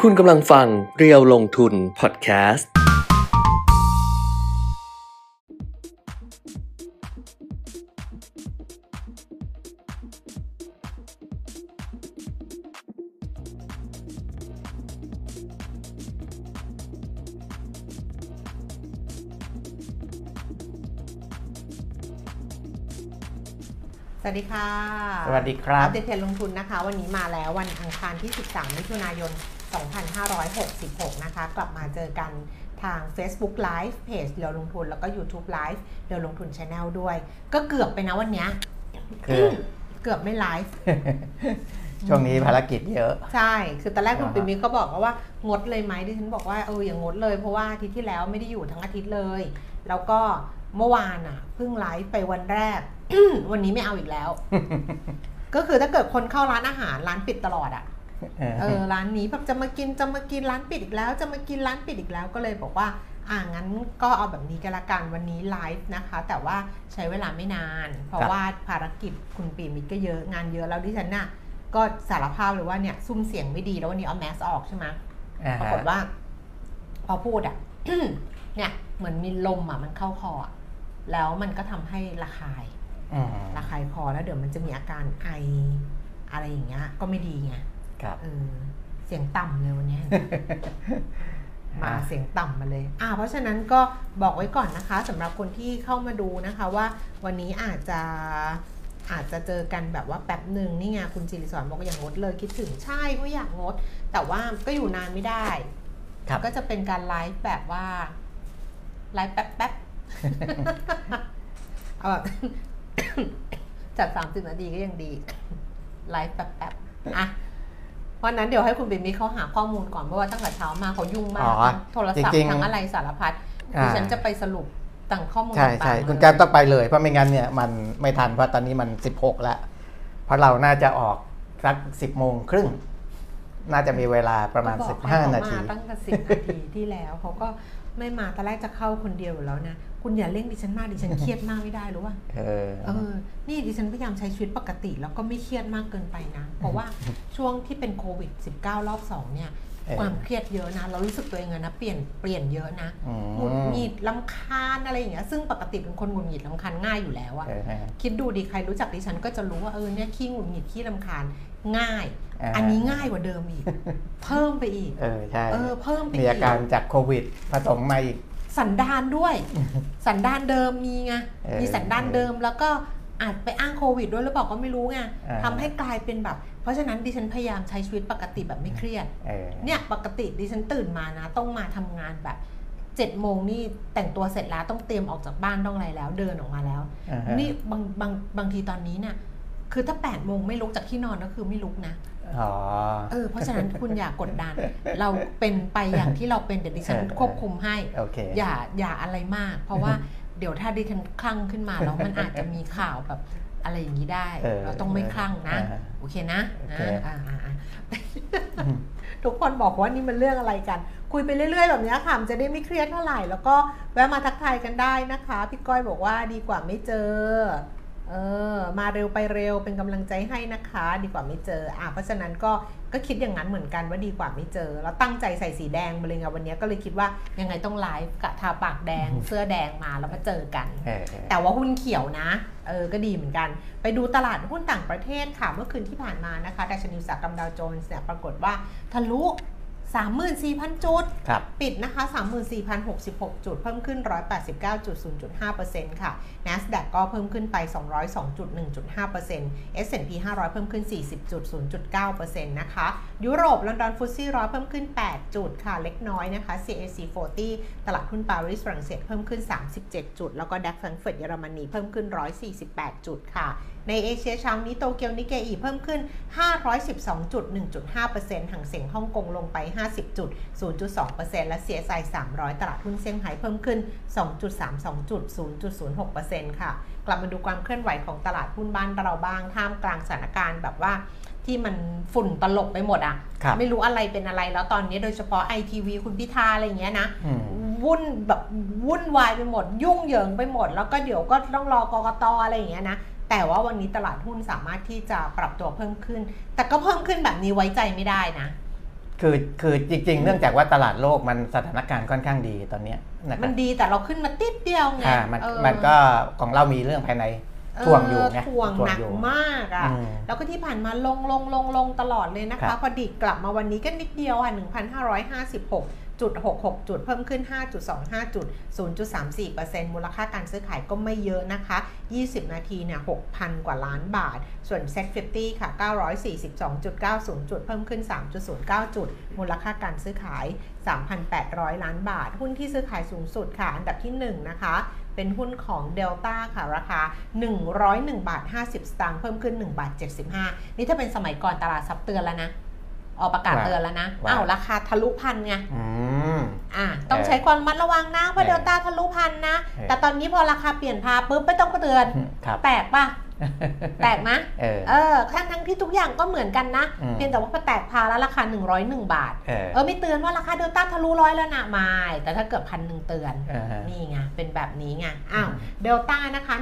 คุณกำลังฟังเรียวลงทุนพอดแคสต์สวัสดีค่ะสวัสดีครับอัปเดตเทรนด์ลงทุนนะคะวันนี้มาแล้ววันอังคารที่13มิถุนายน2566นะคะกลับมาเจอกันทาง Facebook Live เพจเรียวลงทุนแล้วก็ YouTube Live เรียวลงทุน Channel ด้วยก็เกือบไปนะวันนี้เกือบไม่ไลฟ์ช่วงนี้ภารกิจเยอะใช่คือตอนแรกคุณปิ่มมิก็บอกว่างดเลยไหมดิฉันบอกว่าอย่างงดเลยเพราะว่าอาทิตย์ที่แล้วไม่ได้อยู่ทั้งอาทิตย์เลยแล้วก็เมื่อวานอ่ะเพิ่งไลฟ์ไปวันแรก วันนี้ไม่เอาอีกแล้ว ก็คือถ้าเกิดคนเข้าร้านอาหารร้านปิดตลอดอ่ะร้านนี้แบบจะมากินร้านปิดอีกแล้วจะมากินร้านปิดอีกแล้วก็เลยบอกว่างั้นก็เอาแบบนี้กันละกันวันนี้ไลฟ์นะคะแต่ว่าใช้เวลาไม่นานเพราะว่าภารกิจคุณปิ่มมิก็เยอะงานเยอะแล้วดิฉันน่ะก็สารภาพเลยว่าเนี่ยซุ่มเสียงไม่ดีแล้ววันนี้เอาแมสออกใช่ไหมปรากฏว่าพอพูดอ่ะ เนี่ยเหมือนมีลมอ่ะมันเข้าคอแล้วมันก็ทำให้ระคายคอแล้วเดี๋ยวมันจะมีอาการไออะไรอย่างเงี้ยก็ไม่ดีไงเสียงต่ำเลยวันนี้ มาเสียงต่ำมาเลยเพราะฉะนั้นก็บอกไว้ก่อนนะคะสำหรับคนที่เข้ามาดูนะคะว่าวันนี้อาจจะเจอกันแบบว่าแป๊บหนึ่งนี่ไงคุณจิริศรบอกอย่างงดเลยคิดถึงใช่ก็อยากงดแต่ว่าก็อยู่นานไม่ได้ก็จะเป็นการไลฟ์แบบว่าไลฟ์แป๊บเอาแบบ จาก30 นาทีก็ยังดีไลฟ์แป๊บเพราะนั้นเดี๋ยวให้คุณปิ่มมิเขาหาข้อมูลก่อนเพราะว่าตั้งแต่เช้ามาเขายุ่งมากโทรศัพท์ทั้งอะไรสารพัดดิฉันจะไปสรุปต่างข้อมูลต่างใช่คุณแก้มต้องไปเลยเพราะไม่งั้นเนี่ยมันไม่ทันเพราะตอนนี้มัน16แล้วเพราะเราน่าจะออกสัก10:30น่าจะมีเวลาประมาณ15 นาทีตั้งแต่10 นาทีที่แล้วเขาก็ไม่มาตอนแรกจะเข้าคนเดียวอยู่แล้วนะคุณอย่าเร่งดิฉันมากดิฉันเครียดมากไม่ได้หรือว่านี่ดิฉันพยายามใช้ชีวิตปกติแล้วก็ไม่เครียดมากเกินไปนะเพราะว่าช่วงที่เป็นโควิด-19 รอบ 2เนี่ยความเครียดเยอะนะเรารู้สึกตัวเองนะเปลี่ยนเยอะนะหงุดหงิดรำคาญอะไรอย่างเงี้ยซึ่งปกติเป็นคนหงุดหงิดรำคาญง่ายอยู่แล้วอะคิดดูดิใครรู้จักดิฉันก็จะรู้ว่าเนี่ยขี้หงุดหงิดขี้รำคาญง่ายอันนี้ง่ายกว่าเดิมอีกเพิ่มไปอีกใช่เพิ่มไปอีกมีอาการจากโควิดผสมมาอีกสันดานด้วยสันดานเดิมมีไงมีสันดานเดิมแล้วก็อาจไปอ้างโควิดด้วยหรือเปล่าก็ไม่รู้ไงทำให้กลายเป็นแบบเพราะฉะนั้นดิฉันพยายามใช้ชีวิตปกติแบบไม่เครียดเนี่ยปกติดิฉันตื่นมานะต้องมาทำงานแบบ7:00 นนี่แต่งตัวเสร็จแล้วต้องเตรียมออกจากบ้านต้องอะไรแล้วเดินออกมาแล้วนี่บางทีตอนนี้เนี่ยคือถ้า8:00 นไม่ลุกจากที่นอนก็คือไม่ลุกนะเพราะฉะนั้นคุณอย่ากดดันเราเป็นไปอย่างที่เราเป็นเดี๋ยวดิฉันควบคุมให้อย่าอะไรมากเพราะว่าเดี๋ยวถ้าดิฉันคลั่งขึ้นมาแล้วมันอาจจะมีข่าวแบบอะไรอย่างนี้ได้เราต้องไม่คลั่งนะโอเคนะทุกคนบอกว่านี่มันเรื่องอะไรกันคุยไปเรื่อยๆแบบนี้ค่ะมันจะได้ไม่เครียดเท่าไหร่แล้วก็แวะมาทักทายกันได้นะคะพี่ก้อยบอกว่าดีกว่าไม่เจอมาเร็วไปเร็วเป็นกำลังใจให้นะคะดีกว่าไม่เจอเพราะฉะนั้นก็คิดอย่างนั้นเหมือนกันว่าดีกว่าไม่เจอแล้วตั้งใจใส่สีแดงมาเลยไงวันนี้ก็เลยคิดว่ายังไงต้องไลฟ์กะทาปากแดง เสื้อแดงมาแล้วมาเจอกันแต่ว่าหุ้นเขียวนะก็ดีเหมือนกันไปดูตลาดหุ้นต่างประเทศค่ะเมื่อคืนที่ผ่านมานะคะดัชนีอุตสาหกรรมดาวโจนส์เนี่ยปรากฏว่าทะลุ 34,000 จุดปิดนะคะ 34,066 จุดเพิ่มขึ้น 189.0.5% ค่ะ NASDAQ ก็เพิ่มขึ้นไป 202.1.5% S&P 500 เพิ่มขึ้น 40.0.9% นะคะยุโรปลอนดอนฟุตซี่100เพิ่มขึ้น8จุดค่ะเล็กน้อยนะคะ CAC 40ตลาดหุ้นปารีสฝรั่งเศสเพิ่มขึ้น37จุดแล้วก็ DAX แฟรงก์เฟิร์ตเยอรมนีเพิ่มขึ้น148จุดค่ะในเอเชียเช้านี้โตเกียวนิกเกอิเพิ่มขึ้น 512.1.5% หังเส็งฮ่องกงลงไป 50.0.2% และ CSI 300ตลาดหุ้นเซี่ยงไฮ้เพิ่มขึ้น 2.32.0.06% ค่ะกลับมาดูความเคลื่อนไหวของตลาดหุ้นบ้านเราบ้างท่ามกลางสถานการณ์แบบว่าที่มันฝุ่นตลบไปหมดไม่รู้อะไรเป็นอะไรแล้วตอนนี้โดยเฉพาะ ITV คุณพิธาอะไรอย่างเงี้ยนะวุ่นวายไปหมดยุ่งเหยิงไปหมดแล้วก็เดี๋ยวก็ต้องรอกกต.อะไรอย่างเงี้ยนะแต่ว่าวันนี้ตลาดหุ้นสามารถที่จะปรับตัวเพิ่มขึ้นแต่ก็เพิ่มขึ้นแบบนี้ไว้ใจไม่ได้นะคือจริงๆเนื่องจากว่าตลาดโลกมันสถานการณ์ค่อนข้างดีตอนนี้นะครับมันดีแต่เราขึ้นมาติดเดียวไงมันก็ของเรามีเรื่องภายในท่วงอยู่ไงท่วงหนักมากอ่ะแล้วก็ที่ผ่านมาลงตลอดเลยนะคะพอดีกลับมาวันนี้ก็นิดเดียวค่ะ 1,556.66 จุดเพิ่มขึ้น 5.25 จุด 0.34% มูลค่าการซื้อขายก็ไม่เยอะนะคะ20นาทีเนี่ย 6,000 กว่าล้านบาทส่วน Set 50 ค่ะ 942.90 จุดเพิ่มขึ้น 3.09 จุดมูลค่าการซื้อขาย 3,800 ล้านบาทหุ้นที่ซื้อขายสูงสุดค่ะอันดับที่1นะคะเป็นหุ้นของ Delta ค่ะราคา101 บาท 50 สตางค์เพิ่มขึ้น1บาท75นี่ถ้าเป็นสมัยก่อนตลาดซับเตือนแล้วนะออกประกาศเตือนแล้วนะราคาทะลุพันไงต้องใช้ความระมัดระวังนะเพราะ Delta ทะลุพันนะแต่ตอนนี้พอราคาเปลี่ยนพาปุ๊บไม่ต้องเตือนแตกป่ะแตกนะทั้งที่ทุกอย่างก็เหมือนกันนะเพียงแต่ว่าพอแตกพาแล้วราคา101 บาทไม่เตือนว่าราคา Delta ทะลุ100แล้วนะไม่แต่ถ้าเกิด 1,000 เตือนนี่ไงเป็นแบบนี้ไงDelta นะคะ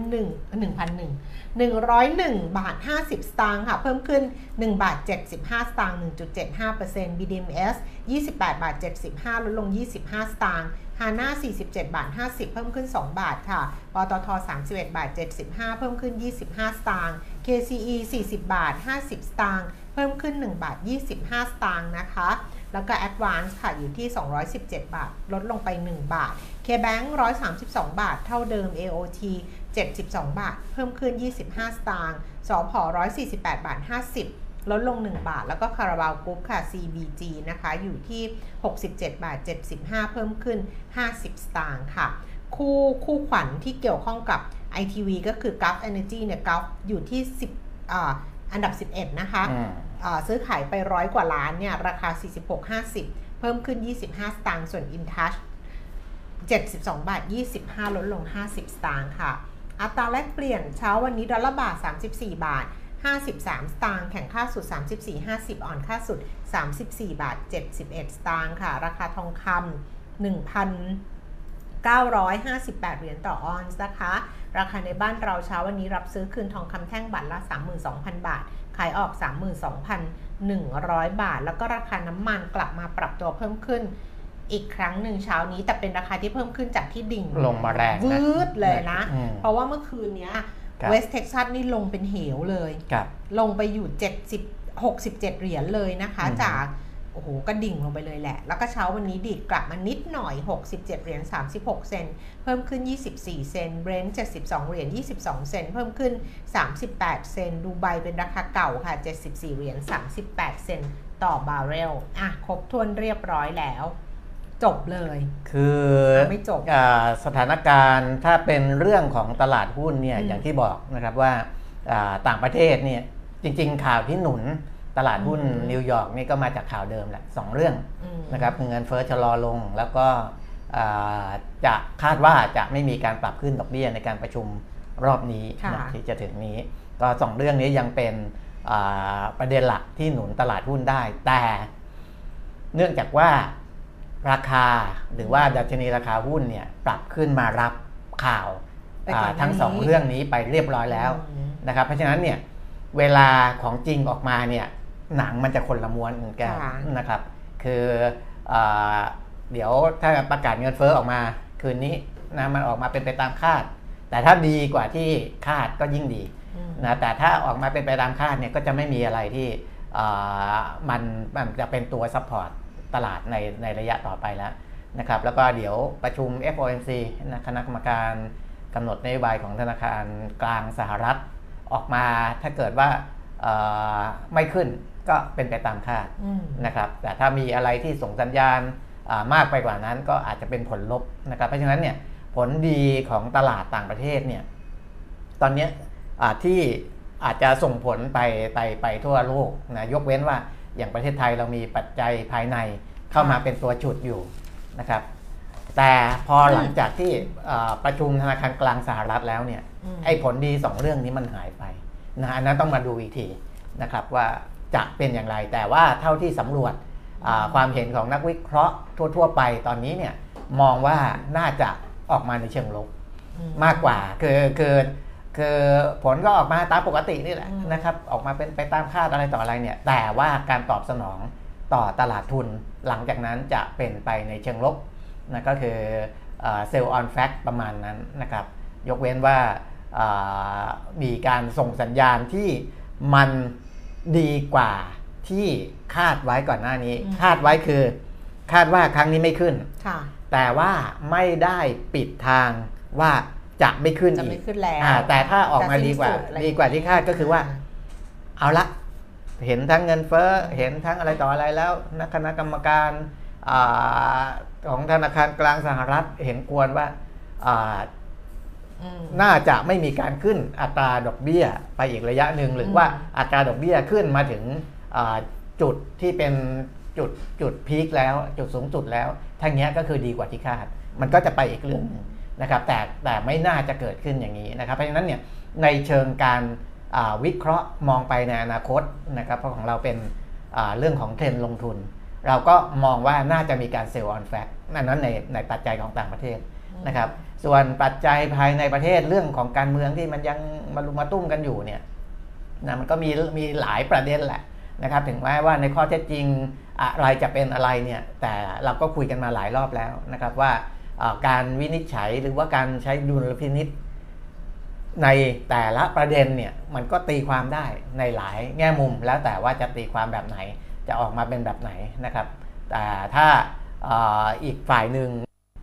101 บาท 50 สตางค์ค่ะเพิ่มขึ้น1บาท75 สตางค์ 1.75% BDMs 28 บาท 75ลดลง25 สตางค์ฮาน่า47 บาท 50เพิ่มขึ้น2บาทค่ะปตท31 บาท 75เพิ่มขึ้น25 สตางค์ KCE 40 บาท 50 สตางค์เพิ่มขึ้น1บาท25 สตางค์นะคะแล้วก็ Advance ค่ะอยู่ที่217 บาทลดลงไป1บาท KBank 132 บาทเท่าเดิม AOT 72 บาทเพิ่มขึ้น25 สตางค์สผ148 บาท 50ลดลง1บาทแล้วก็คาราบาวกรุ๊ปค่ะ CBG นะคะอยู่ที่67 บาท 75เพิ่มขึ้น50 สตางค์ค่ะคู่ขวัญที่เกี่ยวข้องกับ ITV ก็คือ Gulf Energy เนี่ย Gulf อยู่ที่อันดับ11นะคะซื้อขายไป100 กว่าล้านเนี่ยราคา 46.50 เพิ่มขึ้น25 สตางค์ส่วน InTouch 72 บาท 25ลดลง50 สตางค์ค่ะอัตราแลกเปลี่ยนเช้าวันนี้ดอลลาร์บาท34 บาท53 สตางค์แข่งค่าสุด 34.50 อ่อนค่าสุด 34 บาท 71 สตางค์ค่ะราคาทองคำ 1,958 เหรียญต่อออนซ์นะคะราคาในบ้านเราเช้าวันนี้รับซื้อคืนทองคำแท่งบาทละ 32,000 บาทขายออก 32,100 บาทแล้วก็ราคาน้ำมันกลับมาปรับตัวเพิ่มขึ้นอีกครั้งหนึ่งเช้านี้แต่เป็นราคาที่เพิ่มขึ้นจากที่ดิ่งลงมาแรงวืดเลยนะเพราะว่าเมื่อคืนนี้เวสต์เท็กซัสนี่ลงเป็นเหวเลยลงไปอยู่67 เหรียญเลยนะคะจากโอ้โหก็ดิ่งลงไปเลยแหละแล้วก็เช้าวันนี้ดีดกลับมานิดหน่อย67 เหรียญ36 เซนต์เพิ่มขึ้น24 เซนต์เบรนท์72 เหรียญ22 เซนต์เพิ่มขึ้น38 เซนต์ดูไบเป็นราคาเก่าค่ะ74 เหรียญ38 เซนต์ต่อบาร์เรลครบถ้วนเรียบร้อยแล้วจบเลยคือไม่จบสถานการณ์ถ้าเป็นเรื่องของตลาดหุ้นเนี่ยอย่างที่บอกนะครับว่าต่างประเทศเนี่ยจริงๆข่าวที่หนุนตลาดหุ้นนิวยอร์กนี่ก็มาจากข่าวเดิมแหละ2เรื่องนะครับเงินเฟ้อชะลอลงแล้วก็จะคาดว่าจะไม่มีการปรับขึ้นดอกเบี้ยในการประชุมรอบนี้ที่จะถึงนี้ก็2เรื่องนี้ยังเป็นประเด็นหลักที่หนุนตลาดหุ้นได้แต่เนื่องจากว่าราคาหรือว่าดัชนีราคาหุ้นเนี่ยปรับขึ้นมารับข่าวทั้ง2เรื่องนี้ไปเรียบร้อยแล้วนะครับเพราะฉะนั้นเนี่ยเวลาของจริงออกมาเนี่ยหนังมันจะคนละม้วนกันนะครับคือเดี๋ยวถ้าประกาศเงินเฟ้อออกมาคืนนี้นะมันออกมาเป็นไปตามคาดแต่ถ้าดีกว่าที่คาดก็ยิ่งดีนะแต่ถ้าออกมาเป็นไปตามคาดเนี่ยก็จะไม่มีอะไรที่มันจะเป็นตัวซัพพอร์ตตลาดในระยะต่อไปแล้วนะครับแล้วก็เดี๋ยวประชุม FOMC นะคณะกรรมการกำหนดนโยบายของธนาคารกลางสหรัฐออกมาถ้าเกิดว่าไม่ขึ้นก็เป็นไปตามคาดนะครับแต่ถ้ามีอะไรที่ส่งสัญญาณมากไปกว่านั้นก็อาจจะเป็นผลลบนะครับเพราะฉะนั้นเนี่ยผลดีของตลาดต่างประเทศเนี่ยตอนนี้ที่อาจจะส่งผลไปทั่วโลกนะยกเว้นว่าอย่างประเทศไทยเรามีปัจจัยภายในเข้ามาเป็นตัวฉุดอยู่นะครับแต่พอหลังจากที่ประชุมธนาคารกลางสหรัฐแล้วเนี่ยไอ้ผลดี2เรื่องนี้มันหายไปนะอันนั้นต้องมาดูอีกทีนะครับว่าจะเป็นอย่างไรแต่ว่าเท่าที่สำรวจความเห็นของนักวิเคราะห์ทั่วไปตอนนี้เนี่ยมองว่าน่าจะออกมาในเชิงลบมากกว่าคือผลก็ออกมาตามปกตินี่แหละนะครับออกมาเป็นไปตามคาดอะไรต่ออะไรเนี่ยแต่ว่าการตอบสนองต่อตลาดทุนหลังจากนั้นจะเป็นไปในเชิงลบนะก็คือเซลล์ออนแฟกประมาณนั้นนะครับยกเว้นว่ามีการส่งสัญญาณที่มันดีกว่าที่คาดไว้ก่อนหน้านี้คาดไว้คือคาดว่าครั้งนี้ไม่ขึ้นแต่ว่าไม่ได้ปิดทางว่าจะไม่ขึ้นอีกแต่ถ้าออกมาดีกว่าที่คาดก็คือว่าเอาละเห็นทั้งเงินเฟ้อเห็นทั้งอะไรต่ออะไรแล้วคณะกรรมการของธนาคารกลางสหรัฐเห็นควรว่าน่าจะไม่มีการขึ้นอัตราดอกเบี้ยไปอีกระยะหนึ่งหรือว่าอัตราดอกเบี้ยขึ้นมาถึงจุดที่เป็นจุดพีคแล้วจุดสูงสุดแล้วทั้งนี้ก็คือดีกว่าที่คาดมันก็จะไปอีกเรื่องนึงนะครับแต่ไม่น่าจะเกิดขึ้นอย่างนี้นะครับเพราะฉะนั้นเนี่ยในเชิงการวิเคราะห์มองไปในอนาคตนะครับเพราะของเราเป็นเรื่องของเทรนด์ลงทุนเราก็มองว่าน่าจะมีการเซลล์ออนแฟกนั้นในปัจจัยของต่างประเทศนะครับส่วนปัจจัยภายในประเทศเรื่องของการเมืองที่มันยังมาลุมมาตุ้มกันอยู่เนี่ยนะมันก็มีหลายประเด็นแหละนะครับถึงแม้ว่าในข้อเท็จจริงอะไรจะเป็นอะไรเนี่ยแต่เราก็คุยกันมาหลายรอบแล้วนะครับว่าการวินิจฉัยหรือว่าการใช้ดุลพินิจในแต่ละประเด็นเนี่ยมันก็ตีความได้ในหลายแง่มุมแล้วแต่ว่าจะตีความแบบไหนจะออกมาเป็นแบบไหนนะครับแต่ถ้าอีกฝ่ายหนึ่ง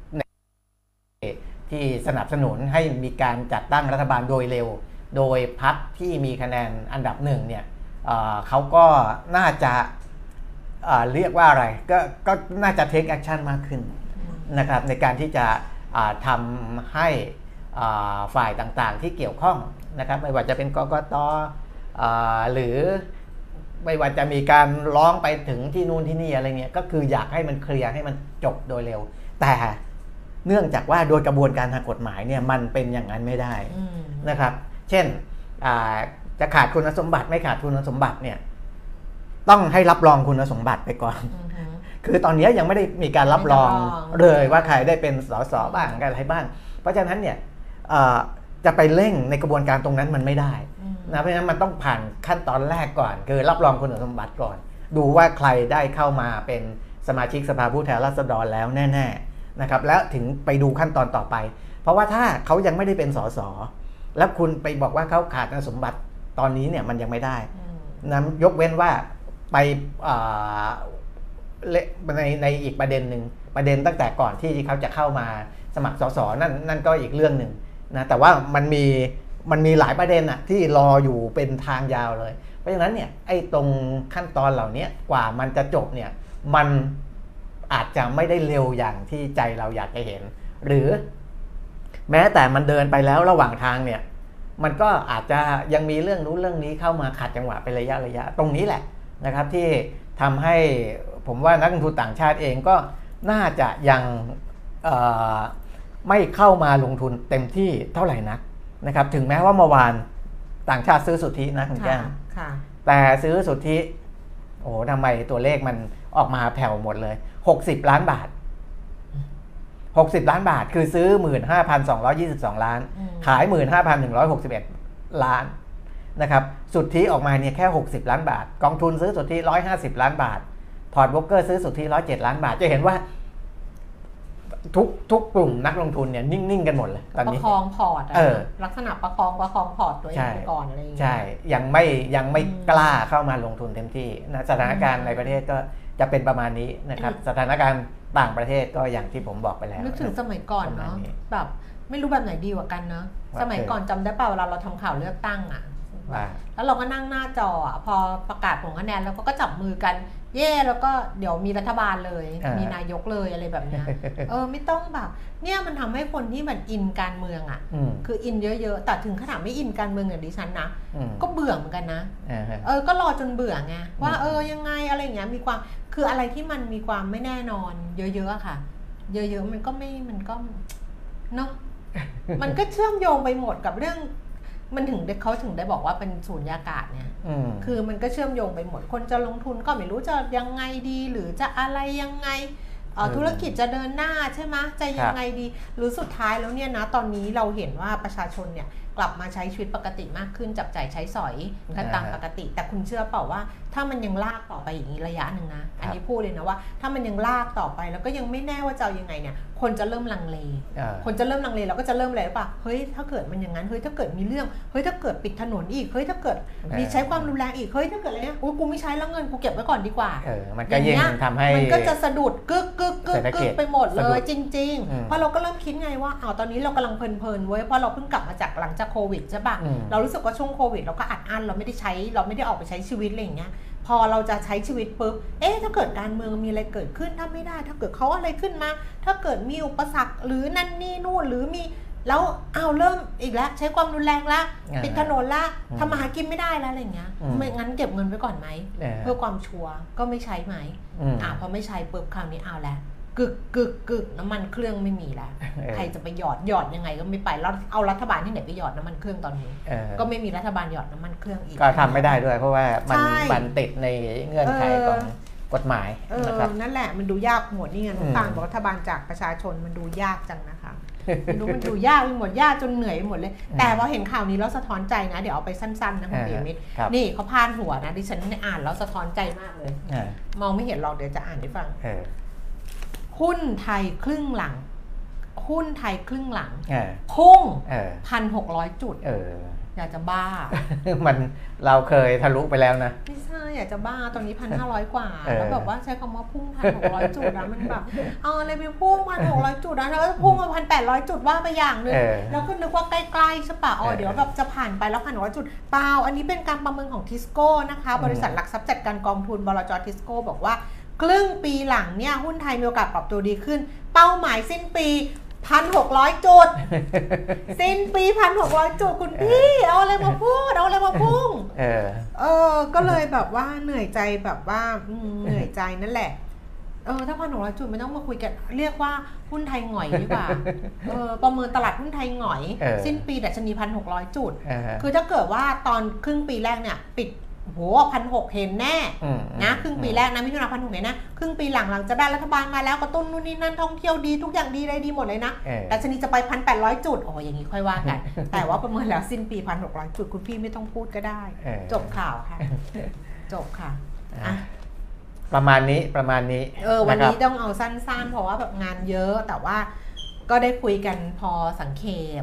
ที่สนับสนุนให้มีการจัดตั้งรัฐบาลโดยเร็วโดยพรรคที่มีคะแนนอันดับหนึ่งเนี่ยเขาก็น่าจะเรียกว่าอะไรก็น่าจะ take action มากขึ้นนะครับในการที่จะทำให้ฝ่ายต่างๆที่เกี่ยวข้องนะครับไม่ว่าจะเป็นกกต.หรือไม่ว่าจะมีการร้องไปถึงที่นู่นที่นี่อะไรเงี้ยก็คืออยากให้มันเคลียร์ให้มันจบโดยเร็วแต่เนื่องจากว่าโดยกระบวนการทางกฎหมายเนี่ยมันเป็นอย่างนั้นไม่ได้นะครับเช่นจะขาดคุณสมบัติไม่ขาดคุณสมบัติเนี่ยต้องให้รับรองคุณสมบัติไปก่อนคือตอนนี้ยังไม่ได้มีการรับรองเลยว่าใครได้เป็นสสบ้างอะไรบ้างเพราะฉะนั้นเนี่ยจะไปเร่งในกระบวนการตรงนั้นมันไม่ได้นะเพราะฉะนั้นมันต้องผ่านขั้นตอนแรกก่อนคือรับรองคุณสมบัติก่อนดูว่าใครได้เข้ามาเป็นสมาชิกสภาผู้แทนราษฎรแล้วแน่ๆนะครับแล้วถึงไปดูขั้นตอนต่อไปเพราะว่าถ้าเขายังไม่ได้เป็นสสแล้วคุณไปบอกว่าเขาขาดคุณสมบัติตอนนี้เนี่ยมันยังไม่ได้นะยกเว้นว่าไปในอีกประเด็นหนึ่งประเด็นตั้งแต่ก่อนที่เขาจะเข้ามาสมัครสสนั่นก็อีกเรื่องหนึ่งนะแต่ว่ามันมีหลายประเด็นอะที่รออยู่เป็นทางยาวเลยเพราะฉะนั้นเนี่ยไอ้ตรงขั้นตอนเหล่านี้กว่ามันจะจบเนี่ยมันอาจจะไม่ได้เร็วอย่างที่ใจเราอยากจะเห็นหรือแม้แต่มันเดินไปแล้วระหว่างทางเนี่ยมันก็อาจจะยังมีเรื่องนู้นเรื่องนี้เข้ามาขัดจังหวะเป็นระยะตรงนี้แหละนะครับที่ทำให้ผมว่านักลงทุนต่างชาติเองก็น่าจะยังไม่เข้ามาลงทุนเต็มที่เท่าไหร่นักนะครับถึงแม้ว่าเมื่อวานต่างชาติซื้อสุทธินะคุณแก้มแต่ซื้อสุทธิโอ้ทำไมตัวเลขมันออกมาแผ่วหมดเลย60 ล้านบาท60 ล้านบาทคือซื้อ 15,222 ล้านขาย 15,161 ล้านนะครับสุทธิออกมาเนี่ยแค่60 ล้านบาทกองทุนซื้อสุทธิ150 ล้านบาทพอร์ตโบรกเกอร์ซื้อสุทธิ107 ล้านบาทจะเห็นว่าทุกกลุ่มนักลงทุนเนี่ยนิ่งๆกันหมดเลยตอนนี้ประคองพอร์ตลักษณะประคองพอร์ตตัวเองก่อนอะไรอย่างเงี้ยใช่ยังไม่กล้าเข้ามาลงทุนเต็มที่นะสถานการณ์ในประเทศก็จะเป็นประมาณนี้นะครับสถานการณ์ต่างประเทศก็อย่างที่ผมบอกไปแล้วนึกถึงสมัยก่อนเนาะแบบไม่รู้แบบไหนดีกว่ากันเนาะสมัยก่อนจำได้เปล่าเวลาเราทำข่าวเลือกตั้งอ่ะแล้วเราก็นั่งหน้าจอพอประกาศผลคะแนนแล้วก็จับมือกันเย่แล้วก็เดี๋ยวมีรัฐบาลเลยมีนายกเลยอะไรแบบเนี้ยไม่ต้องแบบเนี่ยมันทำให้คนที่มันอินการเมืองอ่ะคืออินเยอะๆแต่ถึงขนาดไม่อินการเมืองอย่างดิฉันนะก็เบื่อเหมือนกันนะก็รอจนเบื่อไงว่ายังไงอะไรอย่างเงี้ยมีความคืออะไรที่มันมีความไม่แน่นอนเยอะๆอะค่ะเยอะๆมันก็เนาะมันก็เชื่อมโยงไปหมดกับเรื่องมันเขาถึงได้บอกว่าเป็นสูญญากาศเนี่ยคือมันก็เชื่อมโยงไปหมดคนจะลงทุนก็ไม่รู้จะยังไงดีหรือจะอะไรยังไงธุรกิจจะเดินหน้าใช่ไหมจะยังไงดีหรือสุดท้ายแล้วเนี่ยนะตอนนี้เราเห็นว่าประชาชนเนี่ยกลับมาใช้ชีวิตปกติมากขึ้นจับจ่ายใช้สอยกันตามปกติแต่คุณเชื่อเปล่าว่าถ้ามันยังลากต่อไปอย่างนี้ระยะหนึ่งนะอันนี้พูดเลยนะว่าถ้ามันยังลากต่อไปแล้วก็ยังไม่แน่ว่าจะยังไงเนี่ยคนจะเริ่มลังเลคนจะเริ่มลังเลเราก็จะเริ่มอะไรป่ะเฮ้ยถ้าเกิดมันอย่างนั้นเฮ้ยถ้าเกิดมีเรื่องเฮ้ยถ้าเกิดปิดถนนอีกเฮ้ยถ้าเกิดมีใช้ความรุนแรงอีกเฮ้ยถ้าเกิดอะไรเนี่ยกูไม่ใช้แล้วเงินกูเก็บไว้ก่อนดีกว่ามันก็ยิ่งทำให้มันก็จะสะดุดกึกไปหมดเลยจริงๆเพราะเราก็เริ่มคิดไงว่าตอนนี้เรากำลังเพลินเว้ยเพราะเราเพิ่งกลับมาจากหลังจากโควิดใช่ป่ะเรารู้สึกว่าช่วงโควิดเราก็อัดอั้นเราไม่ได้ออกไปใช้ชีวิตอะไรอย่างเงี้ยพอเราจะใช้ชีวิตปุ๊บถ้าเกิดการเมืองมีอะไรเกิดขึ้นถ้าไม่ได้ถ้าเกิดเขาอะไรขึ้นมาถ้าเกิดมีอุปสรรคหรือนั่นนี่นู่นหรือมีแล้วเริ่มอีกแล้วใช้ความรุนแรงละปิดถนนละทำมาหากินไม่ได้แล้วอะไรเงี้ยไม่งั้นเก็บเงินไว้ก่อนไหมเพื่อความชัวร์ก็ไม่ใช้ไหมพอไม่ใช้ปุ๊บคราวนี้แล้วกึกน้ำมันเครื่องไม่มีแล้วใครจะไปหยอดยังไงก็ไม่ไปแล้วเอารัฐบาลที่ไหนไปหยอดน้ำมันเครื่องตอนนี้ก็ไม่มีรัฐบาลหยอดน้ำมันเครื่องอีกก็ทำไม่ได้ด้วยเพราะว่ามันติดในเงื่อนไขของกฎหมายนะครับนั่นแหละมันดูยากหมดนี่ไงต่างรัฐบาลจากประชาชนมันดูยากจังนะคะมันดูยากไปหมดยากจนเหนื่อยไปหมดเลยแต่พอเห็นข่าวนี้แล้วสะท้อนใจนะเดี๋ยวเอาไปสั้นๆนะคุณเบียร์มิตรนี่เขาพาดหัวนะดิฉันอ่านแล้วสะท้อนใจมากเลยมองไม่เห็นหรอกเดี๋ยวจะอ่านให้ฟังหุ้นไทยครึ่งหลังพุ่ง 1,600 จุดอยากจะบ้ามันเราเคยทะลุไปแล้วนะไม่ใช่อยากจะบ้าตอนนี้ 1,500 กว่าแล้วแบบว่าใช้คำว่าพุ่ง 1,600 จุดนะมันแบบอะไรไปพุ่ง 1,600 จุดนะแล้วก็พุ่งมา 1,800 จุดว่าไปอย่างนึงแล้วก็นึกว่าใกล้ๆใช่ปะเดี๋ยวแบบจะผ่านไปแล้ว 1,600 จุดเปล่าอันนี้เป็นการประเมินของทิสโก้นะคะบริษัทหลักทรัพย์จัดการกองทุนบลจ.ทิสโก้บอกว่าครึ่งปีหลังเนี่ยหุ้นไทยมีโอกาสปรับตัวดีขึ้นเป้าหมายสิ้นปี 1,600 จุดสิ้นปี 1,600 จุดคุณพี่เอาอะไรมาพูดเอาอะไรมาพุ่งก็เลยแบบว่าเหนื่อยใจแบบว่าเหนื่อยใจนั่นแหละถ้า 1,600 จุดไม่ต้องมาคุยกันเรียกว่าหุ้นไทยหงอยดีกว่าประเมินตลาดหุ้นไทยหงอยสิ้นปีดัชนี 1,600 จุดคือถ้าเกิดว่าตอนครึ่งปีแรกเนี่ยปิด1,600 เห็นแน่นะครึ่งปีแรกนะมิถุนายน 1,600 เห็นนะครึ่งปีหลังจะได้รัฐบาลมาแล้วกระตุ้นนู่นนี่นั่นท่องเที่ยวดีทุกอย่างดีอะไรดีหมดเลยนะดัชนีจะไป 1,800 จุดอย่างนี้ค่อยว่ากันแต่ว่าประเมินแล้วสิ้นปี 1,600 จุดคุณพี่ไม่ต้องพูดก็ได้จบข่าวค่ะจบค่ะประมาณนี้วันนี้ต้องเอาสั้นๆเพราะว่าแบบงานเยอะแต่ว่าก็ได้คุยกันพอสังเขป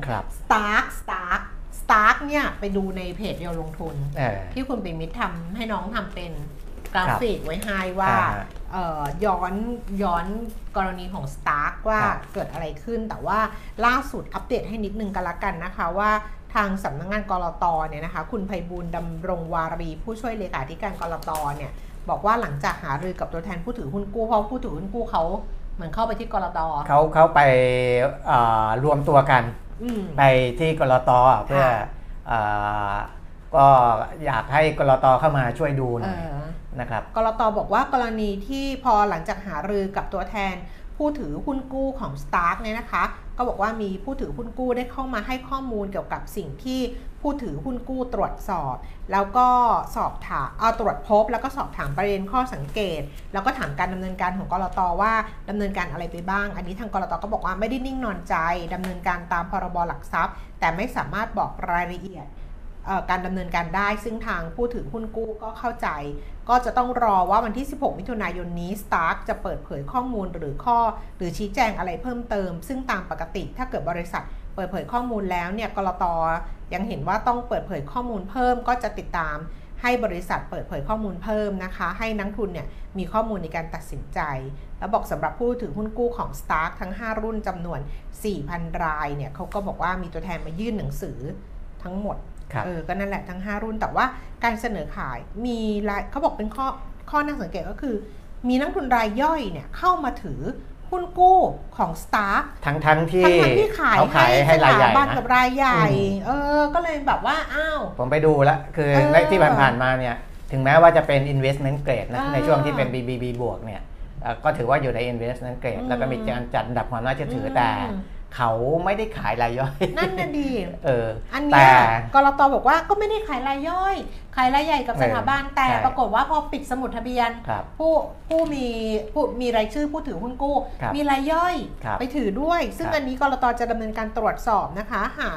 Stark เนี่ยไปดูในเพจเรียวลงทุนที่คุณปิมิตรทำให้น้องทำเป็นกราฟิกไว้ให้ว่าย้อนกรณีของ Stark ว่าเกิดอะไรขึ้นแต่ว่าล่าสุดอัปเดตให้นิดนึงกันละกันนะคะว่าทางสำนักงานกลต.เนี่ยนะคะคุณไพบูลย์ดำรงวารีผู้ช่วยเลขาธิการกลต.เนี่ยบอกว่าหลังจากหารือกับตัวแทนผู้ถือหุ้นกู้เพราะผู้ถือหุ้นกู้เขาเหมือนเข้าไปที่กลต. เขาไปรวมตัวกันไปที่กลต.เพื่อก็อยากให้กลต.เข้ามาช่วยดูหน่อยนะครับกลต.บอกว่ากรณีที่พอหลังจากหารือกับตัวแทนผู้ถือหุ้นกู้ของ Stark เนี่ยนะคะก็บอกว่ามีผู้ถือหุ้นกู้ได้เข้ามาให้ข้อมูลเกี่ยวกับสิ่งที่ผู้ถือหุ้นกู้ตรวจสอบแล้วก็สอบถามตรวจพบแล้วก็สอบถามประเด็นข้อสังเกตแล้วก็ถามการดำเนินการของกลต.ว่าดำเนินการอะไรไปบ้างอันนี้ทางกลต.ก็บอกว่าไม่ได้นิ่งนอนใจดำเนินการตามพรบ.หลักทรัพย์แต่ไม่สามารถบอกรายละเอียดการดำเนินการได้ซึ่งทางผู้ถือหุ้นกู้ก็เข้าใจก็จะต้องรอว่าวันที่16มิถุนายนนี้ Stark จะเปิดเผยข้อมูลหรือชี้แจงอะไรเพิ่มเติมซึ่งตามปกติถ้าเกิดบริษัทเปิดเผยข้อมูลแล้วเนี่ยกลต.ยังเห็นว่าต้องเปิดเผยข้อมูลเพิ่มก็จะติดตามให้บริษัทเปิดเผยข้อมูลเพิ่มนะคะให้นักทุนเนี่ยมีข้อมูลในการตัดสินใจแล้วบอกสำหรับผู้ถือหุ้นกู้ของ Stark ทั้ง5รุ่นจำนวน 4,000 รายเนี่ยเขาก็บอกว่ามีตัวแทนมายื่นหนังสือทั้งหมดก็นั่นแหละทั้ง5รุ่นแต่ว่าการเสนอขายมีเขาบอกเป็นข้อน่าสังเกตก็คือมีนักทุนรายย่อยเนี่ยเข้ามาถือหุ้นกู้ของ Stark ทั้งที่ขายให้รายใหญ่บ้านกับรายใหญ่ก็เลยแบบว่าผมไปดูแล้วคือที่ผ่านมาเนี่ยถึงแม้ว่าจะเป็น investment grade นะในช่วงที่เป็น BBB บวกเนี่ยก็ถือว่าอยู่ใน investment grade แล้วก็มีการจัดอันดับความน่าเชื่อถือแต่เขาไม่ได้ขายรายย่อยนั่นน่ะดีอันนี้กลต.บอกว่าก็ไม่ได้ขายรายย่อยขายรายใหญ่กับสถาบันแต่ปรากฏว่าพอปิดสมุดทะเบียนผู้มีรายชื่อผู้ถือหุ้นกู้มีรายย่อยไปถือด้วยซึ่งอันนี้กลต.จะดำเนินการตรวจสอบนะคะหาก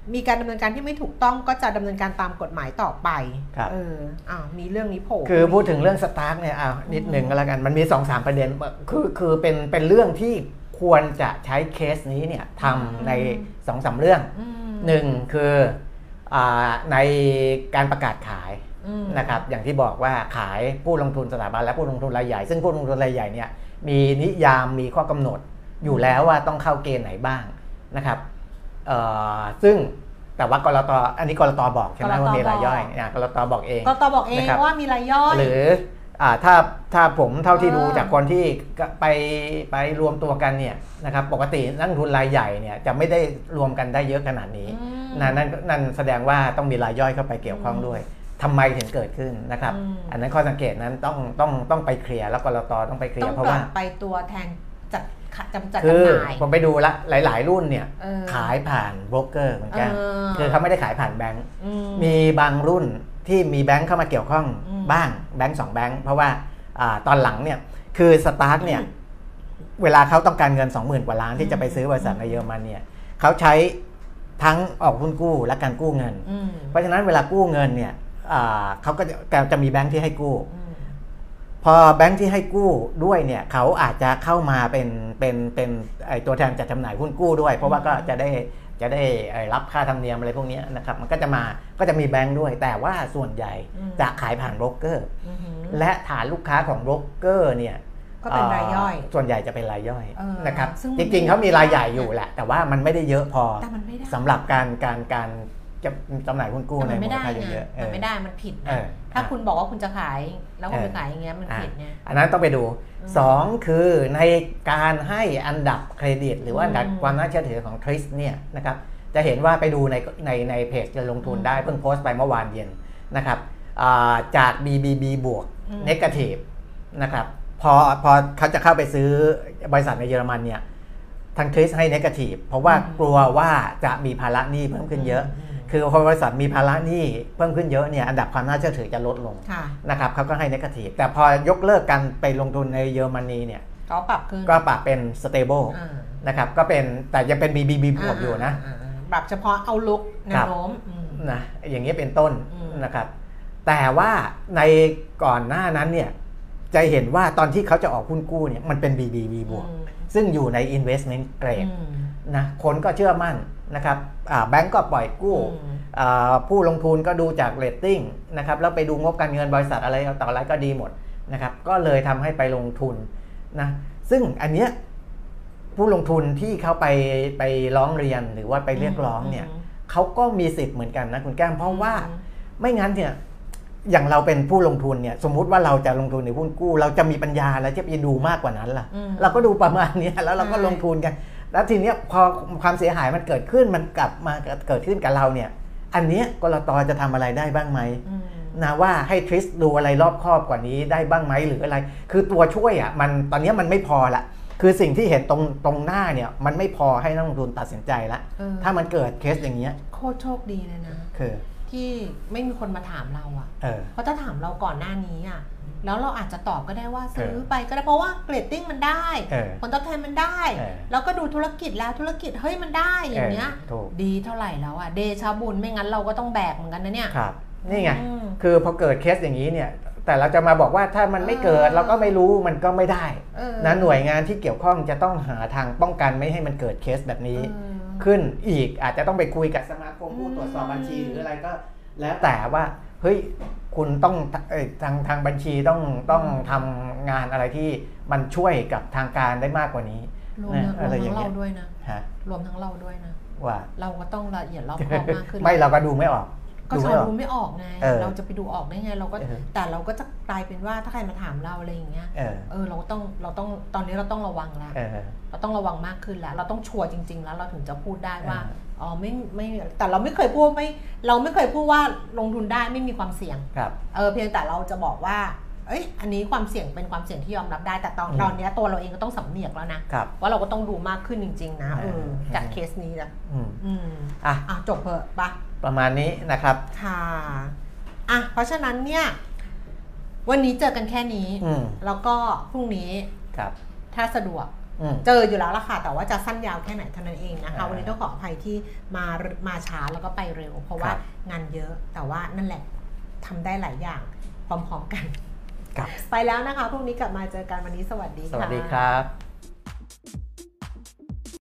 มีการดำเนินการที่ไม่ถูกต้องก็จะดำเนินการตามกฎหมายต่อไปมีเรื่องนี้โผล่คือพูดถึงเรื่องสตาร์กเนี่ยนิดหนึ่งก็แล้วกันมันมี 2-3 ประเด็นคือเป็นเรื่องที่ควรจะใช้เคสนี้เนี่ยทำใน 2-3 เรื่องหนึ่งคือในการประกาศขายนะครับอย่างที่บอกว่าขายผู้ลงทุนสถาบันและผู้ลงทุนรายใหญ่ซึ่งผู้ลงทุนรายใหญ่เนี่ยมีนิยามมีข้อกำหนดอยู่แล้วว่าต้องเข้าเกณฑ์ไหนบ้างนะครับซึ่งแต่ว่ากลต.อันนี้กลต.บอกใช่ไหมว่ามีรายย่อยกลต.บอกเองกลต.บอกเองว่ามีรายย่อยหรือถ้าผมเท่าที่ดูจากคนที่ไปรวมตัวกันเนี่ยนะครับปกตินักลงทุนรายใหญ่เนี่ยจะไม่ได้รวมกันได้เยอะขนาดนี้นั่นแสดงว่าต้องมีรายย่อยเข้าไปเกี่ยวข้องด้วยทำไมถึงเกิดขึ้นนะครับอันนั้นข้อสังเกตนั้นต้องไปเคลียร์แล้วกลต.ต้องไปเคลียร์เพราะว่าไปตัวแทนจัดจำหน่ายผมไปดูละหลายๆรุ่นเนี่ยขายผ่านโบรกเกอร์เหมือนกันคือเขาไม่ได้ขายผ่านแบงก์มีบางรุ่นที่มีแบงก์เข้ามาเกี่ยวข้องบ้างแบงก์2แบงก์เพราะว่าตอนหลังเนี่ยคือสตาร์ทเนี่ยเวลาเขาต้องการเงิน 20,000 กว่าล้านที่จะไปซื้อบริษัทในเยอรมันเนี่ยเขาใช้ทั้งออกหุ้นกู้และการกู้เงินเพราะฉะนั้นเวลากู้เงินเนี่ยเขาก็จะมีแบงก์ที่ให้กู้พอแบงก์ที่ให้กู้ด้วยเนี่ยเขาอาจจะเข้ามาเป็นตัวแทนจัดจำหน่ายหุ้นกู้ด้วยเพราะว่าก็จะได้รับค่าธรรมเนียมอะไรพวกนี้นะครับมันก็จะมีแบงก์ด้วยแต่ว่าส่วนใหญ่จะขายผ่านโบรกเกอร์และฐานลูกค้าของโบรกเกอร์เนี่ยก็เป็นรายย่อยส่วนใหญ่จะเป็นรายย่อยนะครับจริงๆเขามีรายใหญ่อยู่แหละแต่ว่ามันไม่ได้เยอะพอสำหรับการจะจำหน่ายหุ้นกู้ในมูลค่าเยอะๆมันไม่ได้มันผิดนะถ้าคุณบอกว่าคุณจะขายแล้วคุณไปขายอย่างเงี้ยมันผิดเนี่ยอันนั้นต้องไปดู2คือในการให้อันดับเครดิตหรือว่าอันดับความน่าเชื่อถือของทริสเนี่ยนะครับจะเห็นว่าไปดูในเพจจะลงทุนได้เพิ่งโพสต์ไปเมื่อวานเย็นนะครับจาก BBB บวก Negative นะครับพอเขาจะเข้าไปซื้อบริษัทในเยอรมันเนี่ยทางทริสให้ Negative เพราะว่ากลัวว่าจะมีภาระหนี้เพิ่มขึ้นเยอะคือพอบริษัทมีภาระหนี้เพิ่มขึ้นเยอะเนี่ยอันดับความน่าเชื่อถือจะลดลงนะครับเขาก็ให้ Negative แต่พอยกเลิกกันไปลงทุนในเยอรมนีเนี่ยก็ปรับขึ้นก็ปรับเป็น stable นะครับก็เป็นแต่ยังเป็น BBB บวกอยู่นะปรับเฉพาะเอาลุกแนวโน้มนะอย่างนี้เป็นต้นนะครับแต่ว่าในก่อนหน้านั้นเนี่ยจะเห็นว่าตอนที่เขาจะออกหุ้นกู้เนี่ยมันเป็น BBB บวกซึ่งอยู่ใน investment grade นะคนก็เชื่อมั่นนะครับแบงก์ก็ปล่อยกู้ผู้ลงทุนก็ดูจากเรตติ้งนะครับแล้วไปดูงบการเงินบริษัทอะไรต่ออะไรก็ดีหมดนะครับก็เลยทำให้ไปลงทุนนะซึ่งอันเนี้ยผู้ลงทุนที่เขาไปร้องเรียนหรือว่าไปเรียกร้องเนี่ยเขาก็มีสิทธิ์เหมือนกันนะคุณแก้มเพราะว่าไม่งั้นเนี่ยอย่างเราเป็นผู้ลงทุนเนี่ยสมมุติว่าเราจะลงทุนในหุ้นกู้เราจะมีปัญญาแล้วจะไปดูมากกว่านั้นล่ะเราก็ดูประมาณนี้แล้วเราก็ลงทุนกันแล้วทีเนี้ยพอความเสียหายมันเกิดขึ้นมันกลับมาเกิดขึ้นกับเราเนี่ยอันเนี้ยกลต.จะทำอะไรได้บ้างไหมนะว่าให้ทริสดูอะไรรอบคอบกว่านี้ได้บ้างไหมหรืออะไรคือตัวช่วยอ่ะมันตอนนี้มันไม่พอละคือสิ่งที่เห็นตรงหน้าเนี่ยมันไม่พอให้นักลงทุนตัดสินใจละถ้ามันเกิดเคสอย่างเงี้ยโคตรโชคดีเลยนะคือที่ไม่มีคนมาถามเราอ่ะเพราะถ้าถามเราก่อนหน้านี้อ่ะแล้วเราอาจจะตอบก็ได้ว่าซื้อไปก็ได้เพราะว่าเรตติ้งมันได้ผลตอบแทนมันได้แล้วก็ดูธุรกิจแล้วธุรกิจเฮ้ยมันได้อย่างเงี้ยดีเท่าไหร่แล้วอ่ะเดชะบุญไม่งั้นเราก็ต้องแบกเหมือนกันนะเนี่ยครับนี่ไงคือพอเกิดเคสอย่างนี้เนี่ยแต่เราจะมาบอกว่าถ้ามันไม่เกิดเราก็ไม่รู้มันก็ไม่ได้นะหน่วยงานที่เกี่ยวข้องจะต้องหาทางป้องกันไม่ให้มันเกิดเคสแบบนี้ขึ้นอีกอาจจะต้องไปคุยกับสมาคมผู้ตรวจสอบบัญชีหรืออะไรก็แล้วแต่ว่าเฮ้ยคุณต้องทางบัญชีต้องทำงานอะไรที่มันช่วยกับทางการได้มากกว่านี้รวมทั้งเราด้วยนะรวมทั้งเราด้วยนะว่าเราก็ต้องละเอียดรอบคอบมากขึ้นไม่เราก็ดูไม่ออกก็เราดูไม่ออกไงเราจะไปดูออกได้ไงเราก็แต่เราก็จะกลายเป็นว่าถ้าใครมาถามเราอะไรอย่างเงี้ยเราต้องตอนนี้เราต้องระวังแล้วเราต้องระวังมากขึ้นแล้วเราต้องชัวร์จริงๆแล้วเราถึงจะพูดได้ว่าอ๋อไม่แต่เราไม่เคยพูดเราไม่เคยพูดว่าลงทุนได้ไม่มีความเสี่ยงเพียงแต่เราจะบอกว่าอันนี้ความเสี่ยงเป็นความเสี่ยงที่ยอมรับได้แต่ตอนนี้ตัวเราเองก็ต้องสำเนียกแล้วนะว่าเราก็ต้องดูมากขึ้นจริงๆนะจากเคสนี้นะจบเพอะปะประมาณนี้นะครับค่ะเพราะฉะนั้นเนี่ยวันนี้เจอกันแค่นี้แล้วก็พรุ่งนี้ถ้าสะดวกเจออยู่แล้วล่ะค่ะแต่ว่าจะสั้นยาวแค่ไหนเท่านั้นเองนะคะวันนี้ต้องขออภัยที่มาช้าแล้วก็ไปเร็วเพราะว่างานเยอะแต่ว่านั่นแหละทำได้หลายอย่างพร้อมๆกันไปแล้วนะคะพรุ่งนี้กลับมาเจอกันวันนี้สวัสดีค่ะสวัสดีครับ